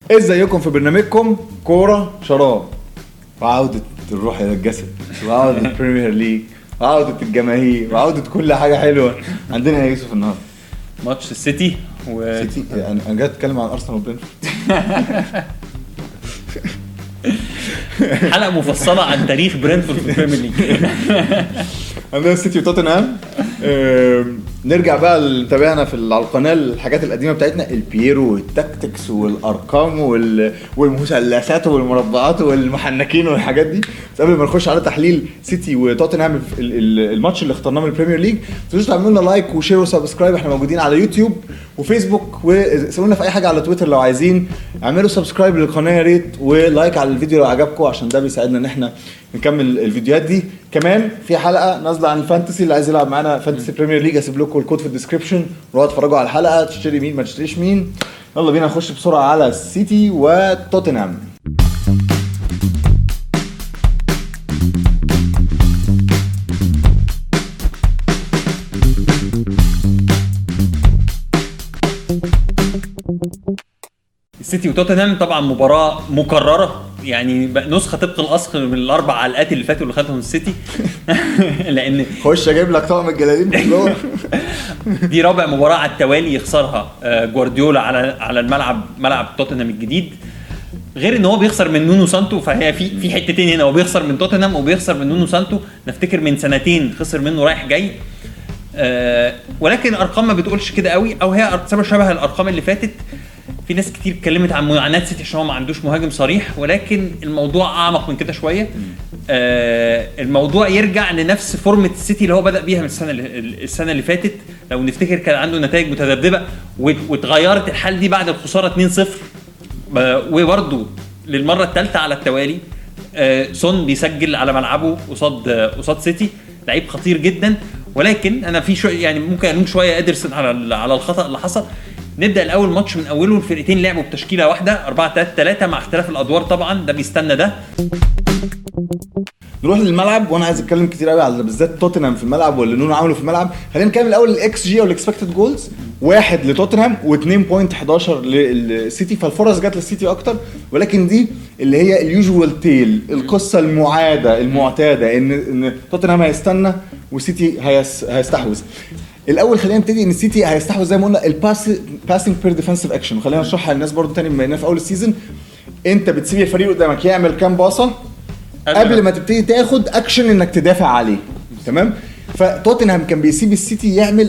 ازيكم في برنامجكم كورة شراب، وعودة الروح الى الجسد، وعودة البريمير ليج، وعودة الجماهير، وعودة كل حاجة حلوة عندنا يا يوسف. النهارده ماتش السيتي سيتي، يعني انا جاي اتكلم عن ارسنال وبرينفورد. حلقة مفصلة عن تاريخ برينفورد في البريمير ليج. عندنا السيتي وتوتنهام. نرجع بقى نتابعنا على القناه الحاجات القديمه بتاعتنا، البيرو والتكتكس والارقام والمثلثات والمربعات والمحنكين والحاجات دي. بس قبل ما نخش على تحليل سيتي وتوتنهام الماتش اللي اخترناه من البريمير ليج، تنسوش تعملوا لنا لايك وشير وسبسكرايب. احنا موجودين على يوتيوب وفيسبوك، وسيبوا لنا في اي حاجه على تويتر لو عايزين. اعملوا سبسكرايب للقناه يا ريت، ولايك على الفيديو لو عجبكم، عشان ده بيساعدنا ان احنا نكمل الفيديوهات دي. كمان في حلقه نازله عن الفانتسي، اللي عايز يلعب معانا فانتسي بريمير ليج هسيب لكم الكود في الديسكربشن، روحوا اتفرجوا على الحلقه، تشتري مين ما تشتريش مين. يلا بينا نخش بسرعه على السيتي وتوتنهام. السيتي وتوتنهام طبعا مباراة مكررة، يعني نسخة طبق الأصل من الأربع علقات اللي فاتوا اللي خدهم السيتي. لأن خش أجيب لك طقم الجلالين من جوه. دي رابع مباراة على التوالي يخسرها جوارديولا على ملعب توتنهام الجديد. غير ان هو بيخسر من نونو سانتو، فهي في حتتين هنا، هو بيخسر من توتنهام وبيخسر من نونو سانتو. نفتكر من سنتين خسر منه رايح جاي، ولكن ارقام ما بتقولش كده قوي، او هي شبه الارقام اللي فاتت. في ناس كتير اتكلمت عن معاناة سيتي عشان هو ما عندوش مهاجم صريح، ولكن الموضوع اعمق من كده شويه. الموضوع يرجع لنفس فورمة السيتي اللي هو بدأ بيها من السنه اللي فاتت. لو نفتكر كان عنده نتائج متذبذبه، واتغيرت الحال دي بعد الخساره 2-0. وبرده للمره الثالثه على التوالي سون بيسجل على ملعبه قصاد سيتي، لعيب خطير جدا. ولكن انا في شويه يعني ممكن الوم شويه ادرسن على الخطا اللي حصل. نبدا الاول ماتش من اوله، الفرقتين لعبوا بتشكيله واحده 4-3-3 مع اختلاف الادوار طبعا، ده بيستنى ده. نروح للملعب، وانا عايز اتكلم كتير قوي على بالذات توتنهام في الملعب واللي نونو عمله في الملعب. خلينا نكمل الاول الاكس جي او الاكسبكتد جولز، 1 لتوتنهام و2.11 للسيتي، فالفرص جت للسيتي اكتر. ولكن دي اللي هي اليوجوال تيل، القصه المعتاده ان توتنهام هيستنى والسيتي هيستحوذ. الاول خلينا نبتدي ان السيتي هيستحوذ زي ما قلنا الباسنج بير ديفensive اكشن. وخلينا نشرحها للناس برضو تاني بما اننا في اول السيزون. انت بتسيب الفريق قدامك يعمل كام باصه قبل ما تبتدي تاخد اكشن انك تدافع عليه، تمام؟ فتوتنهام كان بيسيب السيتي يعمل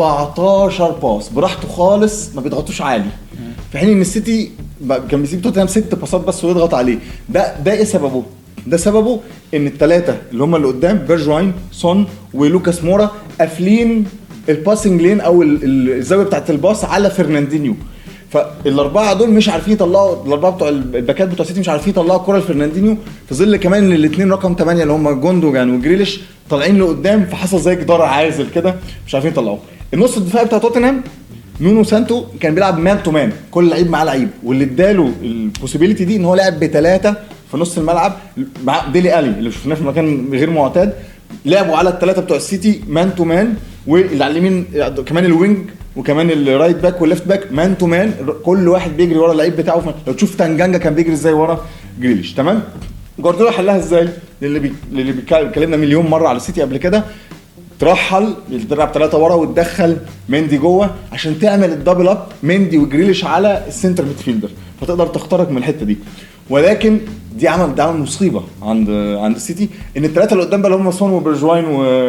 17 باص براحته خالص، ما بيضغطوش عالي، في حين ان السيتي كان بيسيب توتنهام 6 باصات بس ويضغط عليه. ده ايه سببه؟ ده سببه ان الثلاثه اللي هم اللي قدام بيرجواين، سون ولوكاس مورا، قافلين الباسنج لين او الزاويه بتاعه الباص على فرناندينيو. فالاربعه دول مش عارفين يطلعوا، الاربعه بتوع الباكات بتوع السيتي مش عارفين يطلعوا الكره لفرناندينيو، في ظل كمان ان الاثنين رقم 8 اللي هم جوندوجان وجريليش طالعين لقدام، فحصل زي جدار عازل كده مش عارفين يطلعوه. النص الدفاعي بتاع توتنهام نونو سانتو كان بيلعب مان تو مان، كل لعيب معاه لعيب، واللي اداله البوسيبيليتي دي ان هو لعب بثلاثه في نص الملعب مع ديلي الي اللي شفناه في مكان غير معتاد. لعبوا على الثلاثه بتوع السيتي مان تو مان، واللي على اليمين كمان الوينج وكمان الرايت باك والليفت باك مان تو مان، كل واحد بيجري ورا اللعيب بتاعه. لو تشوف تانجانجا كان بيجري ازاي ورا جريليش، تمام؟ جوارديولا حلها ازاي؟ اللي بيتكلمنا مليون مره على السيتي قبل كده، ترحل تلعب 3 ورا وتدخل مندي جوه عشان تعمل الدبل اب مندي وجريليش على السنتر ميدفيلدر، فتقدر تخترق من الحته دي. ولكن دي عمل مصيبه عند السيتي، ان الثلاثه اللي قدام بقى اللي هم سون وبرجواين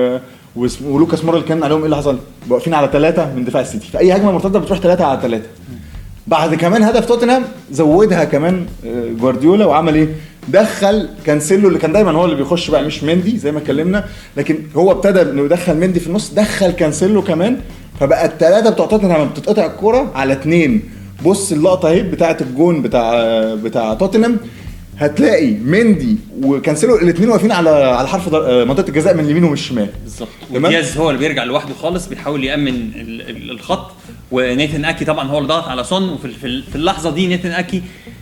ولوكاس مورا اللي كان عليهم ايه اللي حصل؟ واقفين على 3 من دفاع السيتي، في اي هجمه مرتده بتروح 3 على 3. بعد كمان هدف توتنهام زودها كمان جوارديولا، وعمل ايه؟ دخل كانسيلو اللي كان دايما هو اللي بيخش بقى، مش مندي زي ما اتكلمنا، لكن هو ابتدى انه يدخل مندي في النص، دخل كانسيلو كمان، فبقى الثلاثه بتوع توتنهام بتتقطع الكوره على 2. بص اللقطه اهي بتاعه الجون بتاع توتنهام، هتلاقي مندي وكانسيلو الاثنين واقفين على حرف منطقه الجزاء من اليمين ومن الشمال بالظبط. ودياز هو اللي بيرجع لوحده خالص، بيحاول يامن الخط، ونيثن اكي طبعا هو اللي ضغط على سون. وفي اللحظه دي نيثن اكي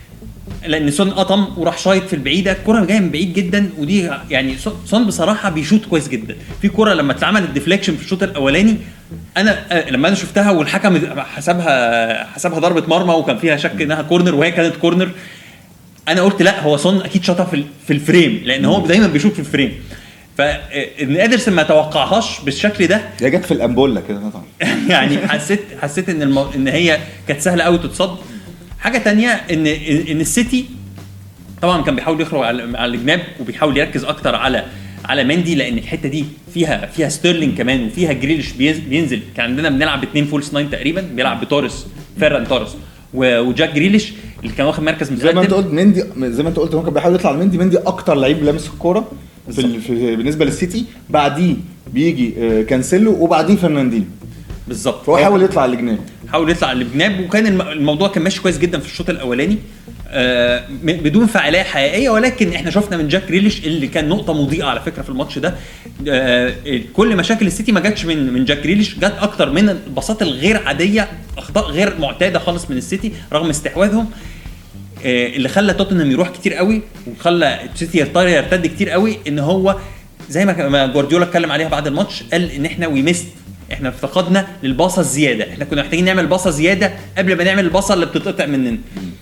لان سون قطم وراح شايط في البعيده، الكره جايه من بعيد جدا. ودي يعني سون بصراحه بيشوط كويس جدا. في كره لما اتعمل الديفليكشن في الشوط الاولاني انا لما انا شفتها والحكم حسبها ضربه مرمى وكان فيها شك انها كورنر وهي كانت كورنر، انا قلت لا هو سون اكيد شاطها في الفريم، لان هو دايما بيشوط في الفريم. فان ادرسن ما توقعهاش بالشكل ده، هي جت في الامبوله كده طبعا. يعني حسيت ان هي كانت سهله قوي تتصد. حاجه تانية ان السيتي طبعا كان بيحاول يخرج على الجناب وبيحاول يركز اكتر على مندي، لان الحته دي فيها ستيرلينج كمان وفيها جريليش بينزل. كان عندنا بنلعب 2 فولس 9 تقريبا، بيلعب بتوريس فيران توريس وجاك جريليش اللي كان واخد مركز متقدم. زي ما انت قلت هو كان بيحاول يطلع مندي اكتر لعيب لامس الكوره بالنسبه للسيتي. بعديه بيجي كانسيلو وبعديه فرناندينيو بالظبط. فهو حاول يطلع للجناب، وكان الموضوع كان ماشي كويس جدا في الشوط الاولاني بدون فعاليه حقيقيه. ولكن احنا شفنا من جاك ريليش اللي كان نقطه مضيئه على فكره في الماتش ده. كل مشاكل السيتي ما جاتش من جاك ريليش، جات اكتر من البساطه الغير عاديه، اخطاء غير معتاده خالص من السيتي رغم استحواذهم اللي خلى توتنهام يروح كتير قوي وخلى السيتي يرتد كتير قوي. ان هو زي ما جوارديولا اتكلم عليها بعد الماتش، قال ان احنا افتقدنا للباصه الزياده، احنا كنا محتاجين نعمل باصه زياده قبل ما نعمل الباصه اللي بتتقطع مننا.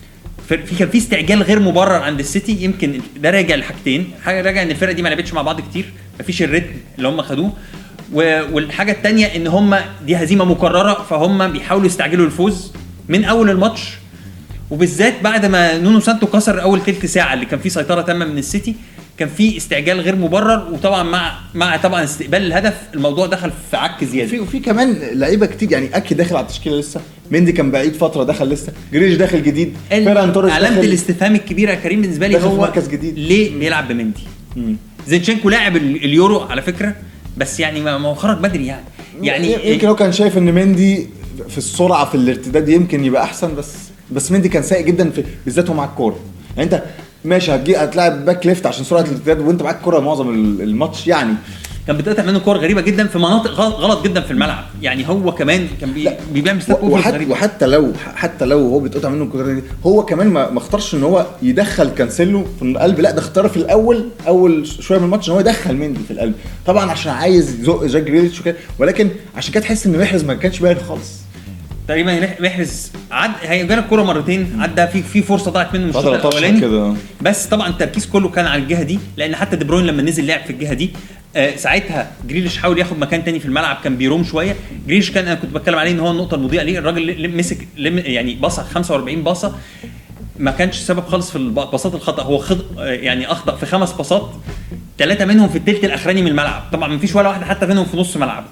كان في استعجال غير مبرر عند السيتي. يمكن ده راجع لحاجتين، حاجه راجع ان الفرقه دي ما لعبتش مع بعض كتير، مفيش الريتم اللي هم خدوه، والحاجه الثانيه ان هم دي هزيمه مكرره، فهم بيحاولوا يستعجلوا الفوز من اول الماتش، وبالذات بعد ما نونو سانتو كسر اول ثلث ساعه اللي كان فيه سيطره تامه من السيتي. كان في استعجال غير مبرر، وطبعا مع طبعا استقبال الهدف الموضوع دخل في عك زياده. وفي كمان لعيبه كتير، يعني اكيد داخل على التشكيله لسه، مندي كان بعيد فتره دخل لسه، جريش داخل جديد، فيران توريس علامه الاستفهام الكبيره يا كريم بالنسبه لي هو مركز جديد. ليه بيلعب بمندي؟ زينشينكو لاعب اليورو على فكره، بس يعني ما هو خرج بدري يعني يمكن هو كان شايف ان مندي في السرعه في الارتداد يمكن يبقى احسن، بس مندي كان سيء جدا بالذات مع الكوره. يعني انت ماشي هتلاعب باك ليفت عشان سرعه الارتداد وانت معاك كوره معظم الماتش، يعني كان بتقطع منه كور غريبه جدا في مناطق غلط جدا في الملعب. يعني هو كمان كان بيعمل ستيب اوفر، وحتى لو هو بيتقطع منه الكوره دي، هو كمان ما اختارش ان هو يدخل كانسيلو في القلب، لا ده اختار في اول شويه من الماتش ان هو يدخل مندي في القلب، طبعا عشان عايز يزق جاك جريليتش وكده، ولكن عشان كده تحس ان محرز ما كانش باين خالص. تقريبا محرز هي جاله الكوره مرتين، عدى في فرصه ضاعت منه الشوط الاولاني، بس طبعا التركيز كله كان على الجهه دي، لان حتى دي بروين لما نزل لعب في الجهه دي ساعتها جريليش حاول ياخد مكان تاني في الملعب، كان بيروم شويه. جريليش كان انا كنت بتكلم عليه ان هو النقطه المضيئه ليه، الراجل مسك يعني باصه 45 باصه، ما كانش سبب خالص في الباصات الخطا، هو يعني اخطا في 5 باصات، 3 منهم في الثلث الاخراني من الملعب، طبعا ما فيش ولا واحده حتى منهم في نص ملعب.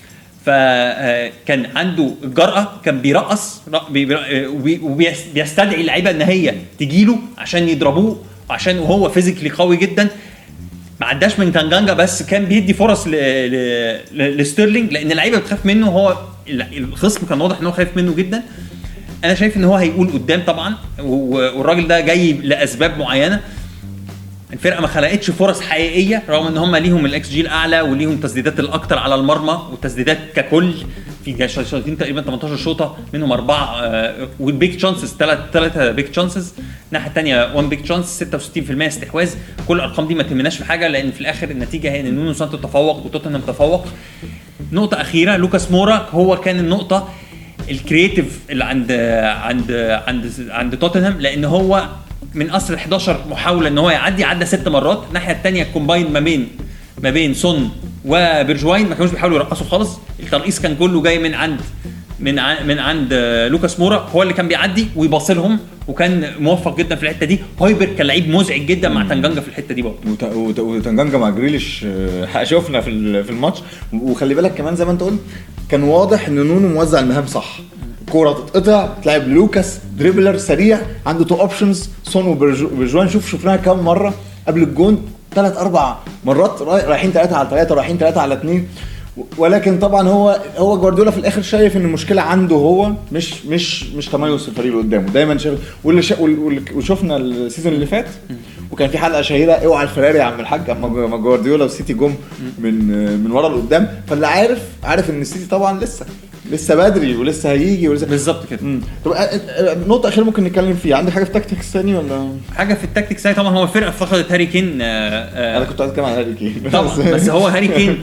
فكان عنده الجرأة، كان بيرقص وبيستدعي اللعيبه ان هي تجيله عشان يضربوه، عشان وهو فيزيكلي قوي جدا. ما عداش من تانجانجا، بس كان بيدي فرص لستيرلينج، لان اللعيبه بتخاف منه، هو الخصم كان واضح ان هو خايف منه جدا. انا شايف ان هو هيقول قدام طبعا، والراجل ده جاي لاسباب معينه. الفرقه ما خلقتش فرص حقيقيه رغم ان هم ليهم الاكس جي الاعلى وليهم تسديدات الاكتر على المرمى، والتسديدات ككل في شوطين تقريبا 18 شوطه منهم 4 والبيك تشانسز 3 بيك تشانسز. الناحيه الثانيه 1 بيك تشانس، 66% استحواذ. كل الارقام دي ما تهمناش في حاجه، لان في الاخر النتيجه هي ان نونو سانتو تفوق وتوتنهام تفوق. نقطه اخيره، لوكاس مورا هو كان النقطه الكرييتيف اللي عند توتنهام، لان هو من اصل 11 محاوله ان هو عدى 6 مرات. الناحيه الثانيه كومباين ما بين سون وبرجواين ما كانوش بيحاولوا يرقصوا خالص، الترقيص كان كله جاي من عند لوكاس مورا، هو اللي كان بيعدي ويباصلهم، وكان موفق جدا في الحته دي. هويبر كان لعيب مزعج جدا مع تانجانجا في الحته دي برضه، وتانجانجا مع جريليش شفنا في الماتش. وخلي بالك كمان زي ما انت قلت كان واضح ان نونو موزع المهام صح، كوره تتقطع تلعب لوكاس دريبلر سريع عنده 2 اوبشنز، سون وبرجوان شفناها كام مره قبل الجون، 3-4 مرات رايحين 3 على 3 رايحين 3 على 2. ولكن طبعا هو جوارديولا في الاخر شايف ان المشكله عنده هو مش تميز الفريق اللي قدامه، دايما شايف وشفنا السيزون اللي فات وكان في حلقه شهيره اوعى الفراري يا عم الحاج، اما جوارديولا والسيتي جم من ورا لقدام، فاللي عارف ان السيتي طبعا لسه بدري ولسه هيجي بالظبط كده. طب نقطه اخيره ممكن نتكلم فيها، عندك حاجه في التكتيكس ثاني ولا حاجه في التكتيكس ثاني؟ طبعا هو الفرقه فقدت هاري كين. انا كنت عايز اتكلم عن هاري كين طبعا بس هو هاري كين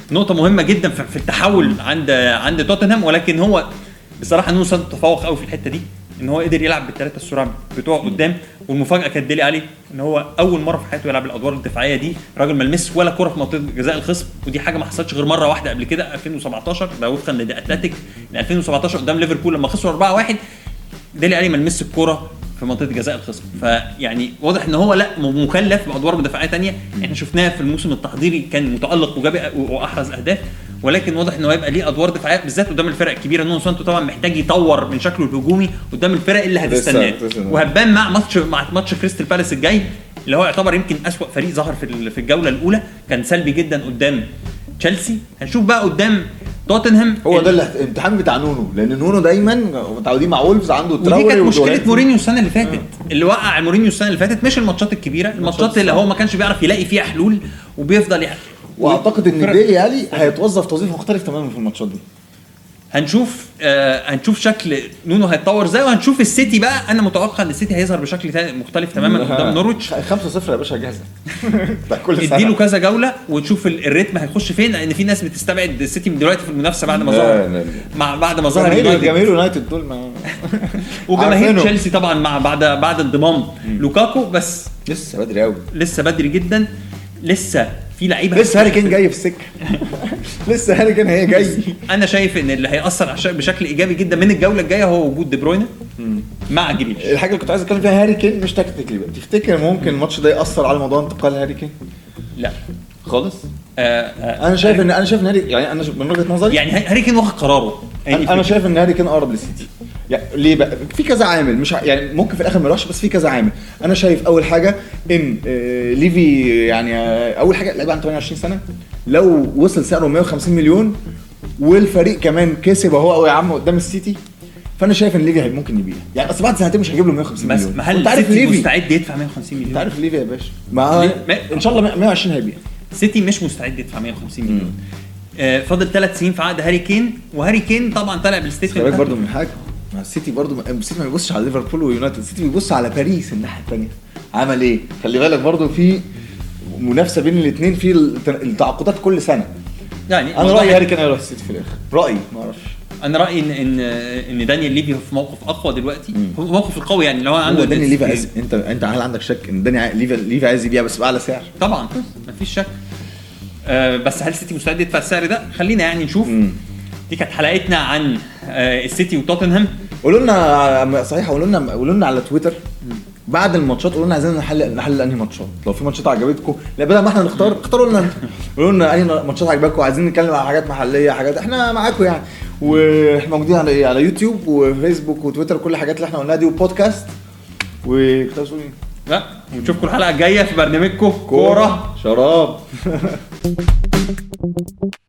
نقطه مهمه جدا في التحول عند توتنهام. ولكن هو بصراحه نونو سانتو تفوق قوي في الحته دي، ان هو قدر يلعب بالثلاثه السرعه بتوعه قدام. والمفاجاه كانت ديلي علي ان هو اول مره في حياته يلعب الادوار الدفاعيه دي. راجل ما لمس ولا كره في منطقه جزاء الخصم، ودي حاجه ما حصلتش غير مره واحده قبل كده 2017 ده وفقا لدي اتلتيك. 2017 قدام ليفربول لما خسروا 4-1 ديلي علي ما لمس الكره في منطقه جزاء الخصم. فيعني واضح ان هو لا مكلف بادوار مدافعيه تانية. احنا شفناه في الموسم التحضيري كان متالق وجاب واحرز اهداف، ولكن واضح انه هيبقى ليه ادوار دفاعيه بالذات قدام الفرق الكبيره. نونو سانتو طبعا محتاج يطور من شكله الهجومي قدام الفرق اللي هتستناه، وهبان مع ماتش كريستال بالاس الجاي اللي هو يعتبر يمكن اسوأ فريق ظهر في الجوله الاولى. كان سلبي جدا قدام تشيلسي. هنشوف بقى قدام توتنهام. هو ده الامتحان بتاع نونو، لان نونو دايما متعودين مع وولفز عنده تراوري. ودي كانت مشكله مورينيو السنه اللي فاتت. اللي وقع مورينيو السنه اللي فاتت مش الماتشات الكبيره، الماتشات اللي هو ما كانش بيعرف يلاقي فيها حلول وبيفضل يعني. واعتقد ان ديلي علي هيتوظف توظيف مختلف تماما في الماتشات دي. هنشوف شكل نونو هيتطور ازاي، وهنشوف السيتي بقى. انا متوقع ان السيتي هيظهر بشكل مختلف تماما قدام نورويتش. 5-0 يا باشا جاهزه. اديله كذا جوله وتشوف الريتم هيخش فين، لان في ناس بتستبعد السيتي دلوقتي في المنافسه بعد ما ظهر بعد ما ظهر جماهير يونايتد دول وجماهير تشيلسي طبعا مع بعد انضمام لوكاكو. بس لسه بدري قوي، لسه بدري جدا، لسه في لعيبه، لسه هاري كين جاي في السكه. لسه هاري كين هي جاي. انا شايف ان اللي هيأثر بشكل ايجابي جدا من الجوله الجايه هو وجود دي بروين مع جريليش. الحاجه اللي كنت عايز اتكلم فيها هاري كين مش تكتيكلي بقى. تفتكر ممكن الماتش ده يأثر على موضوع انتقال هاري كين؟ لا خالص. انا شايف ان هاري يعني انا من وجهه نظري يعني هاري كين واخد قراره. انا شايف ان هاري كين اقرب للسيتي. يعني ليه بقى؟ في كذا عامل، مش يعني ممكن في الاخر ما يروحش، بس في كذا عامل. انا شايف اول حاجه ان ليفي يعني اول حاجه لعيب عنده 28 سنه، لو وصل سعره 150 مليون والفريق كمان كسب اهو يا عم قدام السيتي، فانا شايف ان ليفي ممكن يبيع. يعني اصل بعد سنتين مش هيجيب له 150 مليون. بس هل السيتي مستعد يدفع 150 مليون؟ انت عارف ليفي يا باشا ان شاء الله 120 هيبيع. السيتي مش مستعد يدفع 150 مليون. فاضل 3 سنين في عقد هاري كين، وهاري كين طبعا طلع بالستيتمنت. خلي برضه من حاجه مع السيتي برضه، السيتي ما بيبصش على ليفربول ويونايتد، السيتي بيبص على باريس الناحيه الثانيه. عمل ايه؟ خلي بالك برضه في منافسه بين الاثنين في التعاقدات كل سنه. يعني انا رايي هاري كين هيروح السيتي في الاخر، رايي ما اعرفش. انا رايي ان دانيال ليفي في موقف اقوى دلوقتي، هو موقف القوي يعني لو عنده دانيال ليفي عايز. انت هل عندك شك ان دانيال ليفي عايز يبيع بس باعلى سعر؟ طبعا مفيش شك. بس هل السيتي مستعد يدفع السعر ده؟ خلينا يعني نشوف. دي كانت حلقتنا عن السيتي وتوتنهام. قولوا لنا صحيح، قولوا لنا على تويتر بعد الماتشات، قولوا لنا عايزين نحل انهي ماتشات. لو في ماتشات عجبتكم، لا بدل ما احنا نختار، اختاروا لنا انتوا. قولوا لنا انهي ماتشات عجبتكم، عايزين نتكلم على حاجات محليه، حاجات احنا معاكم يعني. واحنا موجودين على ايه؟ على يوتيوب وفيسبوك وتويتر، كل الحاجات اللي احنا قلناها دي، وبودكاست. وكتابوا لا، ونشوفكم الحلقه الجايه في برنامجكم كوره شراب.